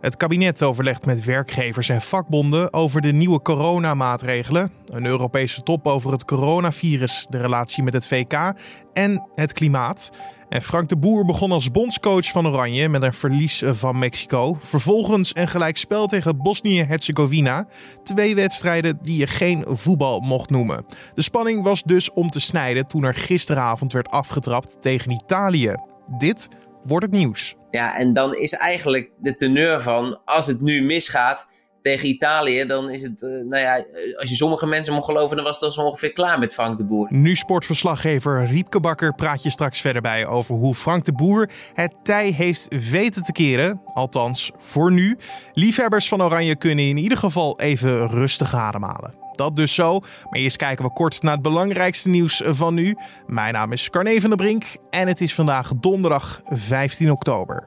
Het kabinet overlegt met werkgevers en vakbonden over de nieuwe coronamaatregelen. Een Europese top over het coronavirus, de relatie met het VK en het klimaat. En Frank de Boer begon als bondscoach van Oranje met een verlies van Mexico. Vervolgens een gelijkspel tegen Bosnië-Herzegovina. 2 wedstrijden die je geen voetbal mocht noemen. De spanning was dus om te snijden toen er gisteravond werd afgetrapt tegen Italië. Dit wordt het nieuws. Ja, en dan is eigenlijk de teneur van, als het nu misgaat tegen Italië, dan is het, als je sommige mensen mocht geloven, dan was het al zo ongeveer klaar met Frank de Boer. Nu sportverslaggever Riepke Bakker praat je straks verder bij over hoe Frank de Boer het tij heeft weten te keren. Althans, voor nu. Liefhebbers van Oranje kunnen in ieder geval even rustig ademhalen. Dat dus zo, maar eerst kijken we kort naar het belangrijkste nieuws van nu. Mijn naam is Carne van der Brink en het is vandaag donderdag 15 oktober.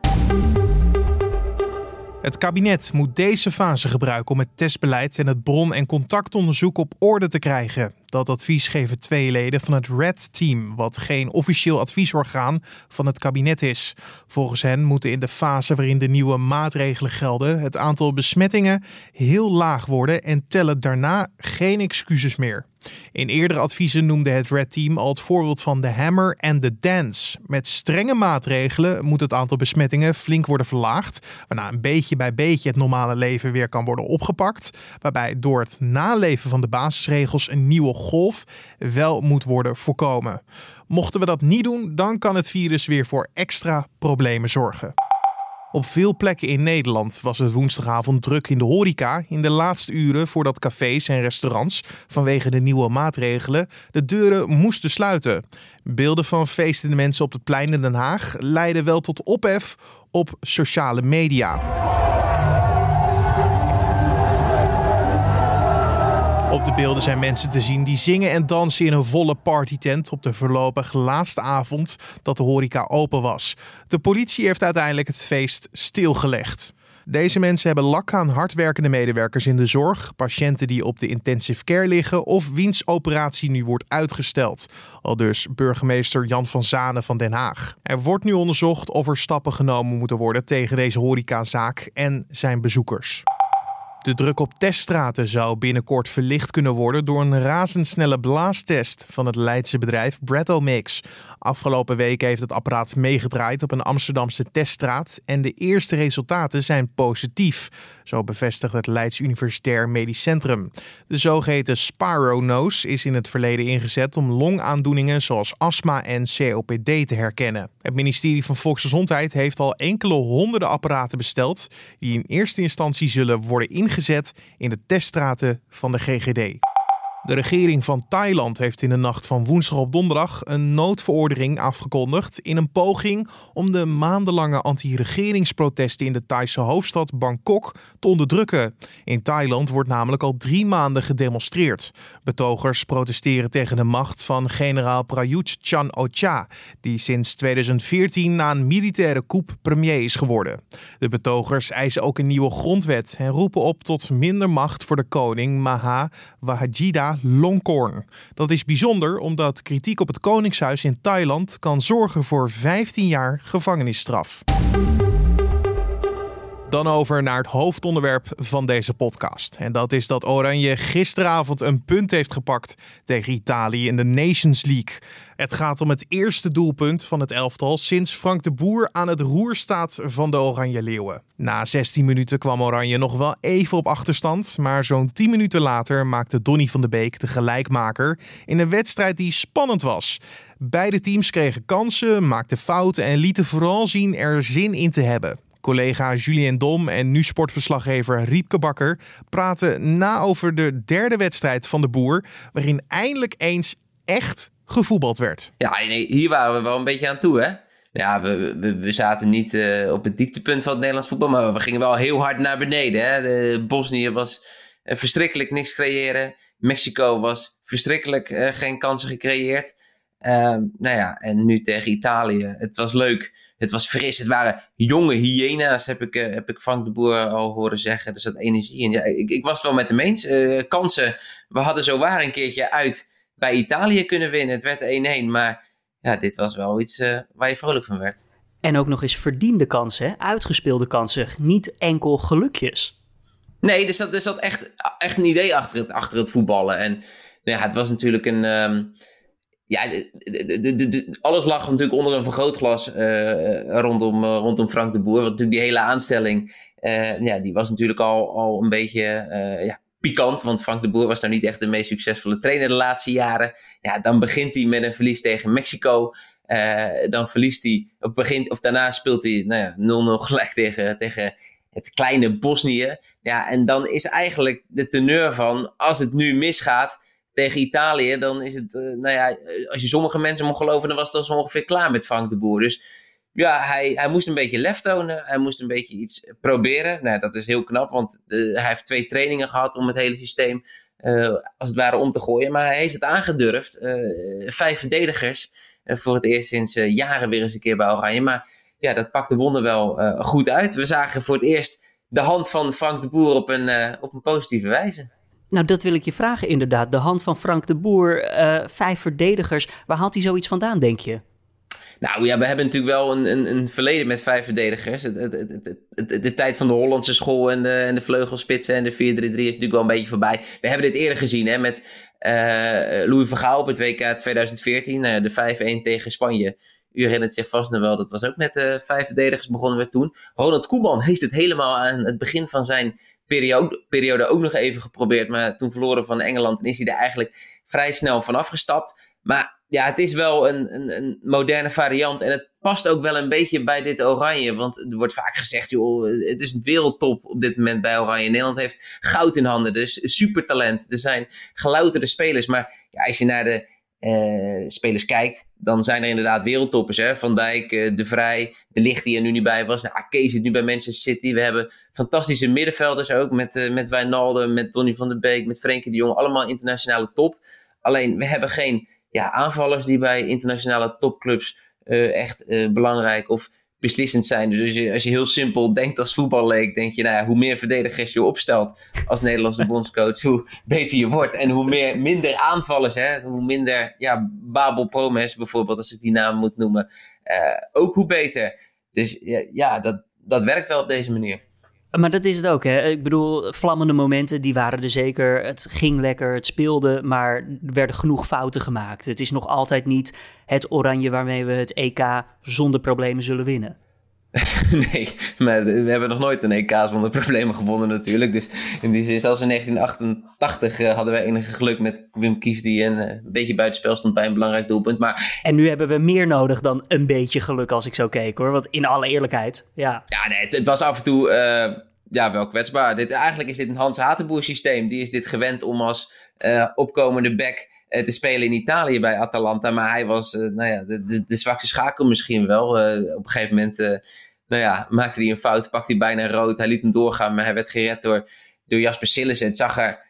Het kabinet moet deze fase gebruiken om het testbeleid en het bron- en contactonderzoek op orde te krijgen. Dat advies geven 2 leden van het RED-team, wat geen officieel adviesorgaan van het kabinet is. Volgens hen moeten in de fase waarin de nieuwe maatregelen gelden het aantal besmettingen heel laag worden en tellen daarna geen excuses meer. In eerdere adviezen noemde het RED-team al het voorbeeld van de hammer en de dance. Met strenge maatregelen moet het aantal besmettingen flink worden verlaagd, waarna een beetje bij beetje het normale leven weer kan worden opgepakt, waarbij door het naleven van de basisregels een nieuwe golf wel moet worden voorkomen. Mochten we dat niet doen, dan kan het virus weer voor extra problemen zorgen. Op veel plekken in Nederland was het woensdagavond druk in de horeca in de laatste uren voordat cafés en restaurants vanwege de nieuwe maatregelen de deuren moesten sluiten. Beelden van feestende mensen op het plein in Den Haag leidden wel tot ophef op sociale media. Op de beelden zijn mensen te zien die zingen en dansen in een volle partytent op de voorlopig laatste avond dat de horeca open was. De politie heeft uiteindelijk het feest stilgelegd. Deze mensen hebben lak aan hardwerkende medewerkers in de zorg, patiënten die op de intensive care liggen of wiens operatie nu wordt uitgesteld. Aldus burgemeester Jan van Zanen van Den Haag. Er wordt nu onderzocht of er stappen genomen moeten worden tegen deze horecazaak en zijn bezoekers. De druk op teststraten zou binnenkort verlicht kunnen worden door een razendsnelle blaastest van het Leidse bedrijf Breathomix. Afgelopen week heeft het apparaat meegedraaid op een Amsterdamse teststraat en de eerste resultaten zijn positief. Zo bevestigt het Leids Universitair Medisch Centrum. De zogeheten Spironose is in het verleden ingezet om longaandoeningen zoals astma en COPD te herkennen. Het ministerie van Volksgezondheid heeft al enkele honderden apparaten besteld die in eerste instantie zullen worden ingezet in de teststraten van de GGD. De regering van Thailand heeft in de nacht van woensdag op donderdag een noodverordening afgekondigd in een poging om de maandenlange anti-regeringsprotesten in de Thaise hoofdstad Bangkok te onderdrukken. In Thailand wordt namelijk al 3 maanden gedemonstreerd. Betogers protesteren tegen de macht van generaal Prayut Chan-o-cha, die sinds 2014 na een militaire coup premier is geworden. De betogers eisen ook een nieuwe grondwet en roepen op tot minder macht voor de koning Maha Vajiralongkorn. Dat is bijzonder omdat kritiek op het Koningshuis in Thailand kan zorgen voor 15 jaar gevangenisstraf. Dan over naar het hoofdonderwerp van deze podcast. En dat is dat Oranje gisteravond een punt heeft gepakt tegen Italië in de Nations League. Het gaat om het eerste doelpunt van het elftal sinds Frank de Boer aan het roer staat van de Oranje Leeuwen. Na 16 minuten kwam Oranje nog wel even op achterstand, maar zo'n 10 minuten later maakte Donny van de Beek de gelijkmaker in een wedstrijd die spannend was. Beide teams kregen kansen, maakten fouten en lieten vooral zien er zin in te hebben. Collega Julien Dom en nu sportverslaggever Riepke Bakker praten na over de derde wedstrijd van de Boer, waarin eindelijk eens echt gevoetbald werd. Ja, nee, hier waren we wel een beetje aan toe, hè? Ja, we zaten niet op het dieptepunt van het Nederlands voetbal, maar we gingen wel heel hard naar beneden. Hè? De Bosnië was verschrikkelijk niks creëren. Mexico was verschrikkelijk geen kansen gecreëerd. En nu tegen Italië. Het was leuk. Het was fris. Het waren jonge hyena's, heb ik Frank de Boer al horen zeggen. Er zat energie in. Ja, ik was het wel met hem eens. Kansen. We hadden zowaar een keertje uit bij Italië kunnen winnen. Het werd 1-1. Maar ja, dit was wel iets waar je vrolijk van werd. En ook nog eens verdiende kansen, hè? Uitgespeelde kansen, niet enkel gelukjes. Nee, er zat echt een idee achter het voetballen. En nou ja, het was natuurlijk een... alles lag natuurlijk onder een vergrootglas rondom Frank de Boer. Want natuurlijk die hele aanstelling, die was natuurlijk al een beetje pikant. Want Frank de Boer was nou niet echt de meest succesvolle trainer de laatste jaren. Ja, dan begint hij met een verlies tegen Mexico. Dan verliest hij, daarna speelt hij 0-0 gelijk tegen het kleine Bosnië. Ja, en dan is eigenlijk de teneur van, als het nu misgaat tegen Italië, dan is het, als je sommige mensen mocht geloven, dan was het al zo ongeveer klaar met Frank de Boer. Dus ja, hij moest een beetje lef tonen. Hij moest een beetje iets proberen. Nou, dat is heel knap, want hij heeft 2 trainingen gehad om het hele systeem als het ware om te gooien. Maar hij heeft het aangedurfd. 5 verdedigers. Voor het eerst sinds jaren weer eens een keer bij Oranje. Maar ja, dat pakt de wonder wel goed uit. We zagen voor het eerst de hand van Frank de Boer op een positieve wijze. Nou, dat wil ik je vragen inderdaad. De hand van Frank de Boer, 5 verdedigers. Waar haalt hij zoiets vandaan, denk je? Nou ja, we hebben natuurlijk wel een verleden met 5 verdedigers. De tijd van de Hollandse school en de vleugelspitsen en de 4-3-3 is natuurlijk wel een beetje voorbij. We hebben dit eerder gezien met Louis van Gaal op het WK 2014. De 5-1 tegen Spanje. U herinnert zich vast nog wel, dat was ook met 5 verdedigers begonnen we toen. Ronald Koeman heeft het helemaal aan het begin van zijn periode ook nog even geprobeerd. Maar toen verloren van Engeland en is hij er eigenlijk vrij snel van afgestapt. Maar ja, het is wel een moderne variant. En het past ook wel een beetje bij dit Oranje. Want er wordt vaak gezegd, joh, het is een wereldtop op dit moment bij Oranje. Nederland heeft goud in handen, dus supertalent. Er zijn gelouterde spelers. Maar ja, als je naar de spelers kijkt, dan zijn er inderdaad wereldtoppers. Hè? Van Dijk, De Vrij, De Ligt die er nu niet bij was. Nou, Kees zit nu bij Manchester City. We hebben fantastische middenvelders ook. Met Wijnaldum, met Donny van der Beek, met Frenkie de Jong. Allemaal internationale top. Alleen, we hebben geen aanvallers die bij internationale topclubs echt belangrijk of beslissend zijn. Dus als je heel simpel denkt als voetballeek, denk je, hoe meer verdedigers je opstelt als Nederlandse bondscoach, hoe beter je wordt. En hoe minder aanvallers, hoe minder Babel Promes bijvoorbeeld, als ik die naam moet noemen, ook hoe beter. Dus dat werkt wel op deze manier. Maar dat is het ook, hè? Ik bedoel, vlammende momenten, die waren er zeker. Het ging lekker, het speelde, maar er werden genoeg fouten gemaakt. Het is nog altijd niet het Oranje waarmee we het EK zonder problemen zullen winnen. Nee, maar we hebben nog nooit een EK zonder problemen gewonnen natuurlijk. Dus in die zin, zelfs in 1988 hadden wij enige geluk met Wim Kief die een beetje buitenspel stond bij een belangrijk doelpunt. Maar... En nu hebben we meer nodig dan een beetje geluk als ik zo keek, hoor. Want in alle eerlijkheid, ja. Ja, nee, het was af en toe wel kwetsbaar. Eigenlijk is dit een Hans Hatenboer systeem. Die is dit gewend om als opkomende back te spelen in Italië bij Atalanta. Maar hij was de zwakste schakel misschien wel. Op een gegeven moment maakte hij een fout, pakte hij bijna rood. Hij liet hem doorgaan, maar hij werd gered door Jasper Sillissen. Het zag er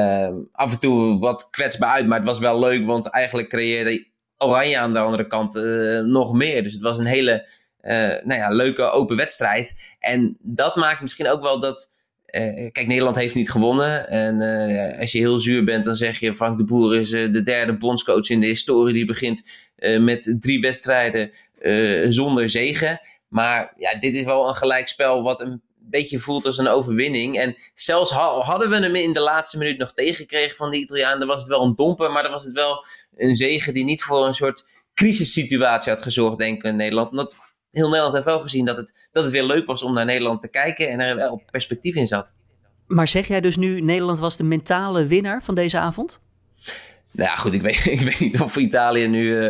af en toe wat kwetsbaar uit, maar het was wel leuk, want eigenlijk creëerde Oranje aan de andere kant nog meer. Dus het was een hele leuke open wedstrijd. En dat maakt misschien ook wel dat... Kijk, Nederland heeft niet gewonnen. En als je heel zuur bent, dan zeg je... Frank de Boer is de 3e bondscoach in de historie. Die begint met 3 wedstrijden zonder zege. Maar ja, dit is wel een gelijkspel wat een beetje voelt als een overwinning. En zelfs hadden we hem in de laatste minuut nog tegengekregen van de Italiaan. Dan was het wel een domper, maar dan was het wel een zege die niet voor een soort crisissituatie had gezorgd, denk ik, in Nederland. Omdat heel Nederland heeft wel gezien dat het weer leuk was om naar Nederland te kijken en er wel perspectief in zat. Maar zeg jij dus nu, Nederland was de mentale winnaar van deze avond? Nou ja, goed, ik weet niet of Italië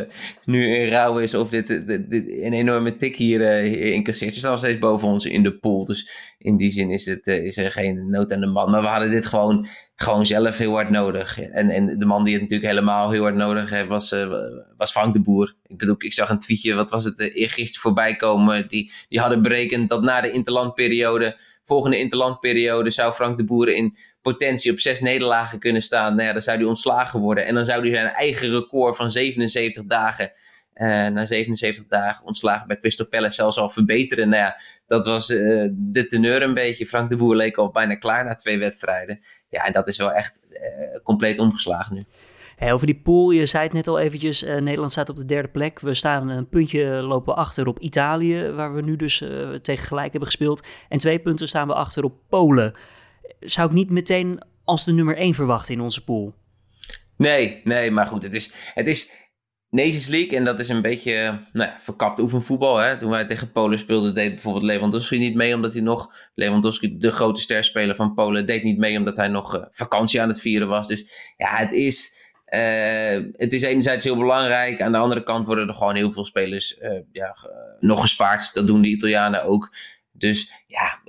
nu in rouw is of dit een enorme tik hier incasseert. Ze staan nog steeds boven ons in de pool, dus in die zin is er geen nood aan de man. Maar we hadden dit gewoon zelf heel hard nodig. En de man die het natuurlijk helemaal heel hard nodig heeft was Frank de Boer. Ik zag een tweetje, wat was het, eergisteren voorbij komen. Die hadden berekend dat na de volgende interlandperiode zou Frank de Boer in potentie op 6 nederlagen kunnen staan. Nou ja, dan zou hij ontslagen worden. En dan zou hij zijn eigen record van 77 dagen... na 77 dagen ontslagen bij Crystal Palace zelfs al verbeteren. Nou ja, dat was de teneur een beetje. Frank de Boer leek al bijna klaar na 2 wedstrijden. Ja, en dat is wel echt compleet omgeslagen nu. Hey, over die pool, je zei het net al eventjes, Nederland staat op de 3e plek. We staan een puntje, lopen achter op Italië, waar we nu dus tegen gelijk hebben gespeeld. En 2 punten staan we achter op Polen. Zou ik niet meteen als de nummer 1 verwachten in onze pool? Nee, maar goed, het is Nations League en dat is een beetje verkapt oefenvoetbal. Hè? Toen wij tegen Polen speelden, deed bijvoorbeeld Lewandowski niet mee, omdat Lewandowski, de grote sterspeler van Polen, deed niet mee omdat hij nog vakantie aan het vieren was. Dus ja, het is enerzijds heel belangrijk. Aan de andere kant worden er gewoon heel veel spelers nog gespaard. Dat doen de Italianen ook. Dus ja,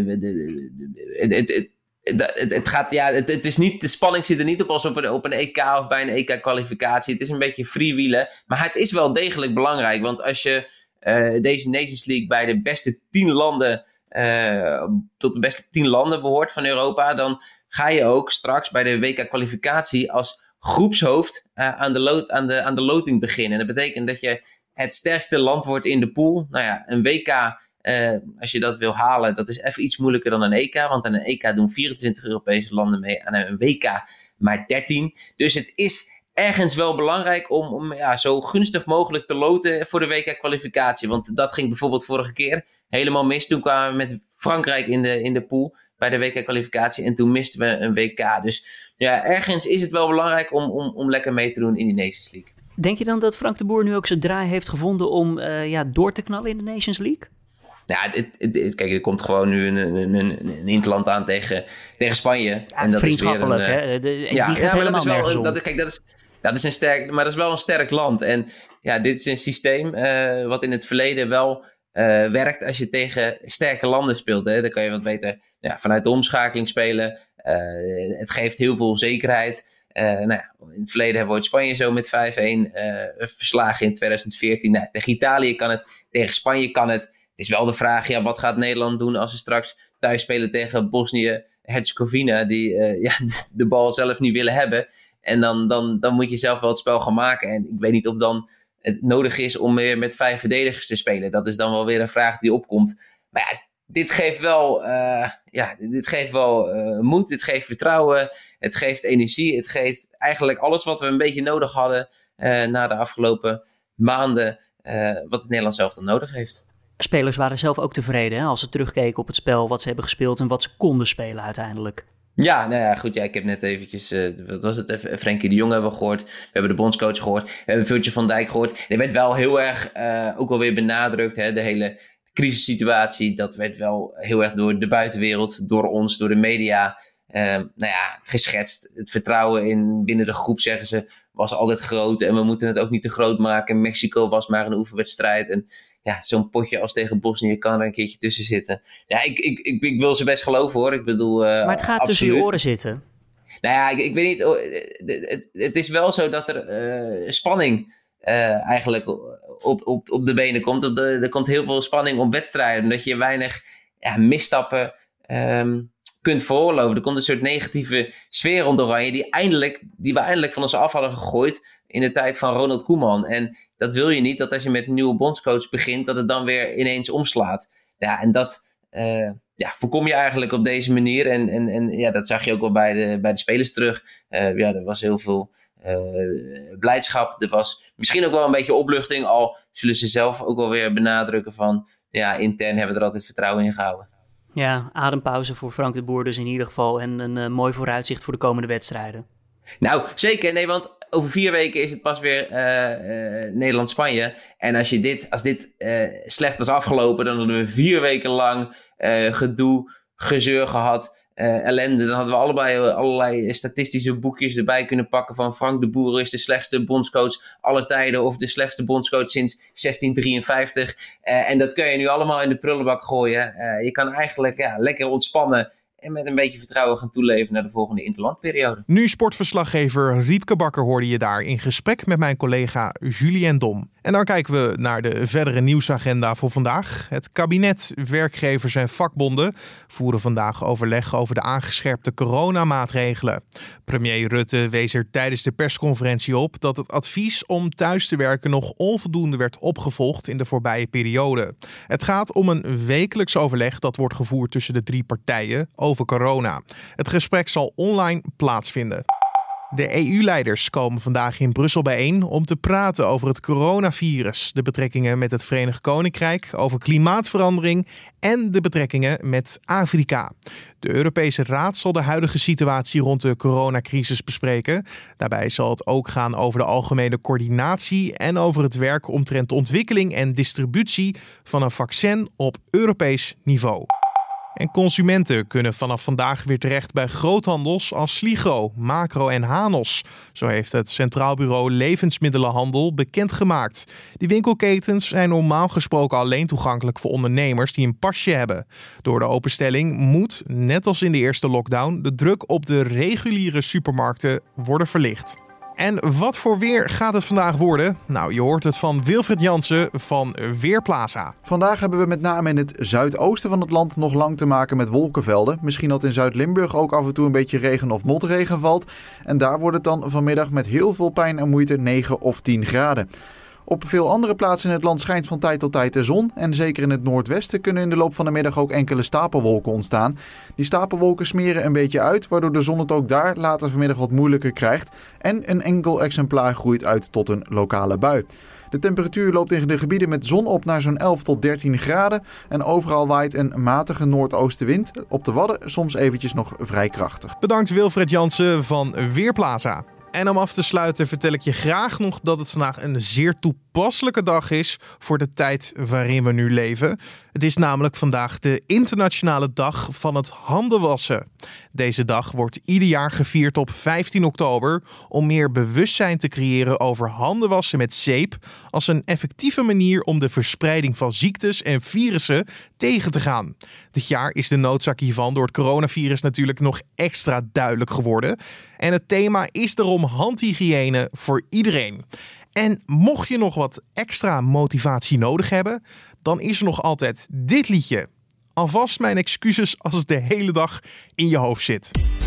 het is niet, de spanning zit er niet op als op een EK of bij een EK-kwalificatie. Het is een beetje freewheelen. Maar het is wel degelijk belangrijk. Want als je deze Nations League bij de beste 10 landen tot de beste 10 landen behoort van Europa, dan ga je ook straks bij de WK-kwalificatie als groepshoofd aan de loting beginnen. En dat betekent dat je het sterkste land wordt in de pool. Nou ja, een WK, als je dat wil halen, dat is even iets moeilijker dan een EK. Want aan een EK doen 24 Europese landen mee. Aan een WK maar 13. Dus het is ergens wel belangrijk om zo gunstig mogelijk te loten voor de WK-kwalificatie. Want dat ging bijvoorbeeld vorige keer helemaal mis. Toen kwamen we met Frankrijk in de pool bij de WK-kwalificatie. En toen misten we een WK. Dus ja, ergens is het wel belangrijk om lekker mee te doen in die Nations League. Denk je dan dat Frank de Boer nu ook zijn draai heeft gevonden om door te knallen in de Nations League? Ja, kijk, er komt gewoon nu een interland aan tegen Spanje. Ja, en dat vriendschappelijk, is weer hè? Die gaat helemaal nergens om. Dat is een sterk, maar dat is wel een sterk land. En ja, dit is een systeem wat in het verleden wel werkt als je tegen sterke landen speelt. Hè. Dan kan je wat beter vanuit de omschakeling spelen. Het geeft heel veel zekerheid. In het verleden hebben we ooit Spanje zo met 5-1 verslagen in 2014. Tegen Italië kan het, tegen Spanje kan het. Het is wel de vraag, wat gaat Nederland doen als ze straks thuis spelen tegen Bosnië-Herzegovina, die de bal zelf niet willen hebben. En dan moet je zelf wel het spel gaan maken. En ik weet niet of dan het nodig is om weer met 5 verdedigers te spelen. Dat is dan wel weer een vraag die opkomt. Maar ja, dit geeft wel moed, dit geeft vertrouwen, het geeft energie. Het geeft eigenlijk alles wat we een beetje nodig hadden na de afgelopen maanden, wat het Nederlands zelf dan nodig heeft. Spelers waren zelf ook tevreden als ze terugkeken op het spel, wat ze hebben gespeeld en wat ze konden spelen uiteindelijk. Ja, goed. Ja, ik heb net eventjes, wat was het? Frenkie de Jong hebben we gehoord. We hebben de bondscoach gehoord. We hebben Virgil van Dijk gehoord. Er werd wel heel erg, ook wel weer benadrukt, hè, de hele crisissituatie. Dat werd wel heel erg door de buitenwereld, door ons, door de media, geschetst. Het vertrouwen binnen de groep, zeggen ze, was altijd groot. En we moeten het ook niet te groot maken. Mexico was maar een oefenwedstrijd. En ja, zo'n potje als tegen Bosnië kan er een keertje tussen zitten. Ja, ik wil ze best geloven, hoor. Ik bedoel, maar het gaat absoluut tussen je oren zitten. Nou ja, ik weet niet. Het is wel zo dat er spanning eigenlijk op de benen komt. Er komt heel veel spanning op wedstrijden. Omdat je weinig misstappen kunt veroorloven. Er komt een soort negatieve sfeer rond Oranje die we eindelijk van ons af hadden gegooid in de tijd van Ronald Koeman. En dat wil je niet, dat als je met een nieuwe bondscoach begint, dat het dan weer ineens omslaat. Ja, en dat voorkom je eigenlijk op deze manier. En dat zag je ook wel bij de spelers terug. Er was heel veel blijdschap. Er was misschien ook wel een beetje opluchting, al zullen ze zelf ook wel weer benadrukken van, intern hebben we er altijd vertrouwen in gehouden. Ja, adempauze voor Frank de Boer dus in ieder geval. En een mooi vooruitzicht voor de komende wedstrijden. Nou, zeker. Nee, want over 4 weken is het pas weer Nederland-Spanje. En als dit slecht was afgelopen, dan hadden we 4 weken lang gedoe, gezeur gehad, ellende. Dan hadden we allebei allerlei statistische boekjes erbij kunnen pakken van Frank de Boer is de slechtste bondscoach aller tijden of de slechtste bondscoach sinds 1653. En dat kun je nu allemaal in de prullenbak gooien. Je kan eigenlijk lekker ontspannen en met een beetje vertrouwen gaan toeleven naar de volgende interlandperiode. Nu sportverslaggever Riepke Bakker hoorde je daar in gesprek met mijn collega Julien Dom. En dan kijken we naar de verdere nieuwsagenda voor vandaag. Het kabinet, werkgevers en vakbonden voeren vandaag overleg over de aangescherpte coronamaatregelen. Premier Rutte wees er tijdens de persconferentie op dat het advies om thuis te werken nog onvoldoende werd opgevolgd in de voorbije periode. Het gaat om een wekelijks overleg dat wordt gevoerd tussen de 3 partijen over corona. Het gesprek zal online plaatsvinden. De EU-leiders komen vandaag in Brussel bijeen om te praten over het coronavirus, de betrekkingen met het Verenigd Koninkrijk, over klimaatverandering en de betrekkingen met Afrika. De Europese Raad zal de huidige situatie rond de coronacrisis bespreken. Daarbij zal het ook gaan over de algemene coördinatie en over het werk omtrent de ontwikkeling en distributie van een vaccin op Europees niveau. En consumenten kunnen vanaf vandaag weer terecht bij groothandels als Sligro, Macro en Hanos. Zo heeft het Centraal Bureau Levensmiddelenhandel bekendgemaakt. Die winkelketens zijn normaal gesproken alleen toegankelijk voor ondernemers die een pasje hebben. Door de openstelling moet, net als in de eerste lockdown, de druk op de reguliere supermarkten worden verlicht. En wat voor weer gaat het vandaag worden? Nou, je hoort het van Wilfried Jansen van Weerplaza. Vandaag hebben we met name in het zuidoosten van het land nog lang te maken met wolkenvelden. Misschien dat in Zuid-Limburg ook af en toe een beetje regen of motregen valt. En daar wordt het dan vanmiddag met heel veel pijn en moeite 9 of 10 graden. Op veel andere plaatsen in het land schijnt van tijd tot tijd de zon. En zeker in het noordwesten kunnen in de loop van de middag ook enkele stapelwolken ontstaan. Die stapelwolken smeren een beetje uit, waardoor de zon het ook daar later vanmiddag wat moeilijker krijgt. En een enkel exemplaar groeit uit tot een lokale bui. De temperatuur loopt in de gebieden met zon op naar zo'n 11 tot 13 graden. En overal waait een matige noordoostenwind. Op de Wadden soms eventjes nog vrij krachtig. Bedankt Wilfried Jansen van Weerplaza. En om af te sluiten vertel ik je graag nog dat het vandaag een zeer toepasselijke dag is voor de tijd waarin we nu leven. Het is namelijk vandaag de internationale dag van het handenwassen. Deze dag wordt ieder jaar gevierd op 15 oktober om meer bewustzijn te creëren over handenwassen met zeep als een effectieve manier om de verspreiding van ziektes en virussen tegen te gaan. Dit jaar is de noodzaak hiervan door het coronavirus natuurlijk nog extra duidelijk geworden. En het thema is daarom handhygiëne voor iedereen. En mocht je nog wat extra motivatie nodig hebben, dan is er nog altijd dit liedje. Alvast mijn excuses als het de hele dag in je hoofd zit.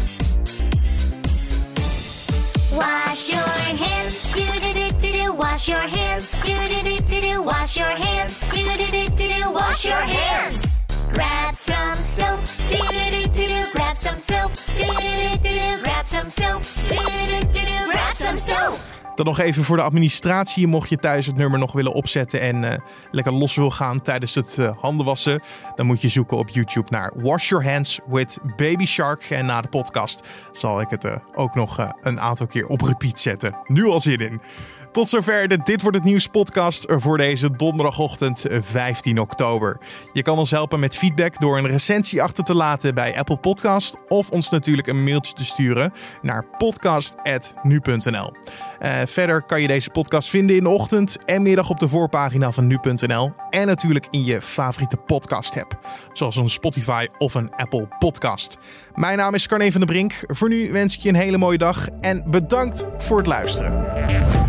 Wash your hands, do-do-do-do-do, wash your hands, do-do-do-do-do, wash your hands, do-do-do-do-do, wash your hands. Grab some soap, do-do-do-do-do, grab some soap, do-do-do-do-do, grab some soap, do-do-do-do-do, grab some soap. Dan nog even voor de administratie, mocht je thuis het nummer nog willen opzetten en lekker los wil gaan tijdens het handenwassen, dan moet je zoeken op YouTube naar Wash Your Hands with Baby Shark. En na de podcast zal ik het ook nog een aantal keer op repeat zetten. Nu al zin in. Tot zover de Dit Wordt Het Nieuws podcast voor deze donderdagochtend 15 oktober. Je kan ons helpen met feedback door een recensie achter te laten bij Apple Podcast of ons natuurlijk een mailtje te sturen naar podcast@nu.nl. Verder kan je deze podcast vinden in de ochtend en middag op de voorpagina van nu.nl en natuurlijk in je favoriete podcast app, zoals een Spotify of een Apple Podcast. Mijn naam is Carne van der Brink. Voor nu wens ik je een hele mooie dag en bedankt voor het luisteren.